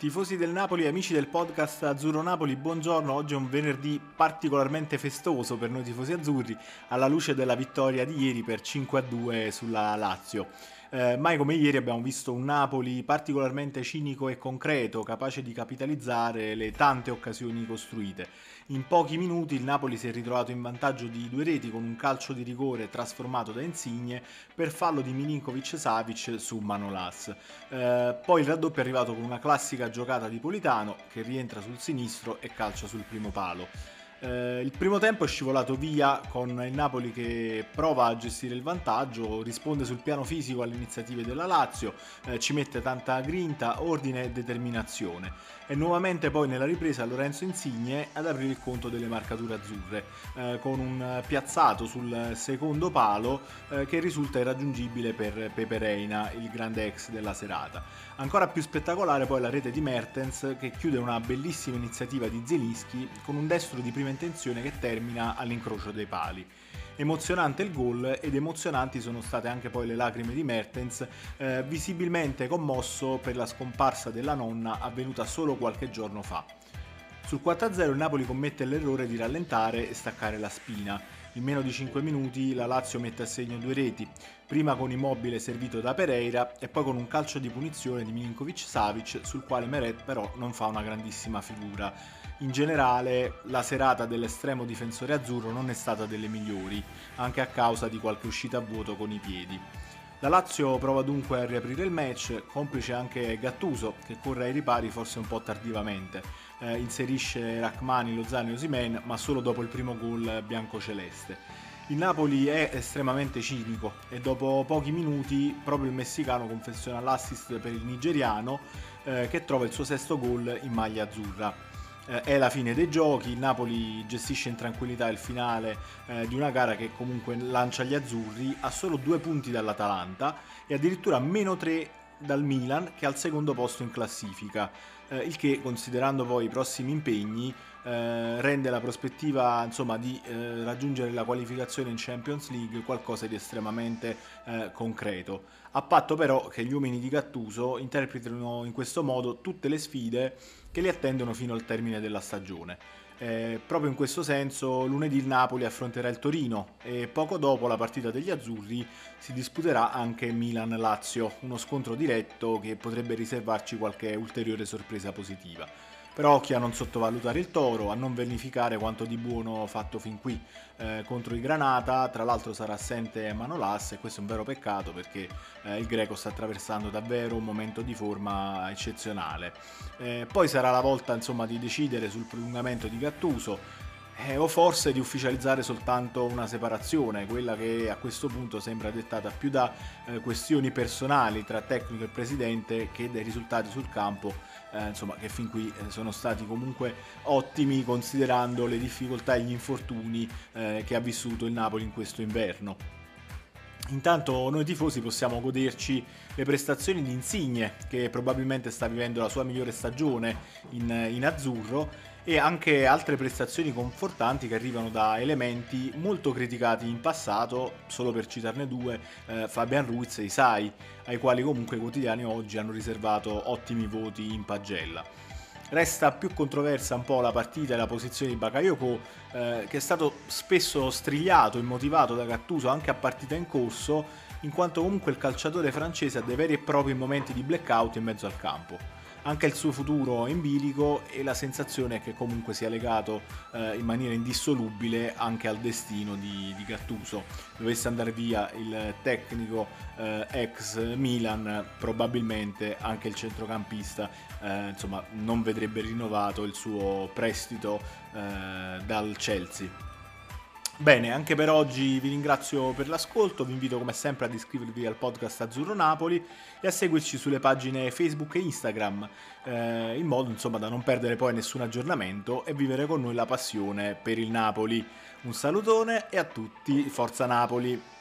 Tifosi del Napoli e amici del podcast Azzurro Napoli, buongiorno. Oggi è un venerdì particolarmente festoso per noi tifosi azzurri, alla luce della vittoria di ieri per 5-2 sulla Lazio. Mai come ieri abbiamo visto un Napoli particolarmente cinico e concreto, capace di capitalizzare le tante occasioni costruite. In pochi minuti il Napoli si è ritrovato in vantaggio di 2 reti con un calcio di rigore trasformato da Insigne per fallo di Milinkovic-Savic su Manolas. Poi il raddoppio è arrivato con una classica giocata di Politano che rientra sul sinistro e calcia sul primo palo. Il primo tempo è scivolato via con il Napoli che prova a gestire il vantaggio, risponde sul piano fisico alle iniziative della Lazio, ci mette tanta grinta, ordine e determinazione. E nuovamente poi nella ripresa Lorenzo Insigne ad aprire il conto delle marcature azzurre, con un piazzato sul secondo palo che risulta irraggiungibile per Pepe Reina, il grande ex della serata. Ancora più spettacolare poi la rete di Mertens che chiude una bellissima iniziativa di Zielinski con un destro di prima intenzione che termina all'incrocio dei pali. Emozionante il gol ed emozionanti sono state anche poi le lacrime di Mertens, visibilmente commosso per la scomparsa della nonna avvenuta solo qualche giorno fa. Sul 4-0 il Napoli commette l'errore di rallentare e staccare la spina. In meno di 5 minuti la Lazio mette a segno 2 reti, prima con Immobile servito da Pereira e poi con un calcio di punizione di Milinkovic-Savic sul quale Meret però non fa una grandissima figura. In generale la serata dell'estremo difensore azzurro non è stata delle migliori, anche a causa di qualche uscita a vuoto con i piedi. La Lazio prova dunque a riaprire il match, complice anche Gattuso che corre ai ripari forse un po' tardivamente. Inserisce Rachmani, Lozano e Osimhen, ma solo dopo il primo gol biancoceleste. Il Napoli è estremamente cinico e dopo pochi minuti proprio il messicano confeziona l'assist per il nigeriano che trova il suo sesto gol in maglia azzurra. È la fine dei giochi, il Napoli gestisce in tranquillità il finale di una gara che comunque lancia gli azzurri a solo 2 punti dall'Atalanta e addirittura a meno 3 dal Milan che è al secondo posto in classifica, il che considerando poi i prossimi impegni rende la prospettiva insomma di raggiungere la qualificazione in Champions League qualcosa di estremamente concreto, a patto però che gli uomini di Gattuso interpretino in questo modo tutte le sfide che li attendono fino al termine della stagione. Proprio in questo senso lunedì il Napoli affronterà il Torino e poco dopo la partita degli azzurri si disputerà anche Milan-Lazio, uno scontro diretto che potrebbe riservarci qualche ulteriore sorpresa positiva. Però occhio a non sottovalutare il Toro, a non vanificare quanto di buono fatto fin qui contro il Granata. Tra l'altro sarà assente Manolas e questo è un vero peccato perché il greco sta attraversando davvero un momento di forma eccezionale. Poi sarà la volta insomma di decidere sul prolungamento di Gattuso o forse di ufficializzare soltanto una separazione, quella che a questo punto sembra dettata più da questioni personali tra tecnico e presidente che dai risultati sul campo, insomma, che fin qui sono stati comunque ottimi considerando le difficoltà e gli infortuni che ha vissuto il Napoli in questo inverno. Intanto noi tifosi possiamo goderci le prestazioni di Insigne, che probabilmente sta vivendo la sua migliore stagione in azzurro, e anche altre prestazioni confortanti che arrivano da elementi molto criticati in passato, solo per citarne due, Fabian Ruiz e Isai, ai quali comunque i quotidiani oggi hanno riservato ottimi voti in pagella. Resta più controversa un po' la partita e la posizione di Bakayoko, che è stato spesso strigliato e motivato da Gattuso anche a partita in corso, in quanto comunque il calciatore francese ha dei veri e propri momenti di blackout in mezzo al campo. Anche il suo futuro è in bilico e la sensazione è che comunque sia legato in maniera indissolubile anche al destino di Gattuso. Dovesse andare via il tecnico ex Milan, probabilmente anche il centrocampista insomma, non vedrebbe rinnovato il suo prestito dal Chelsea. Bene, anche per oggi vi ringrazio per l'ascolto, vi invito come sempre ad iscrivervi al podcast Azzurro Napoli e a seguirci sulle pagine Facebook e Instagram, in modo insomma da non perdere poi nessun aggiornamento e vivere con noi la passione per il Napoli. Un salutone e a tutti, Forza Napoli!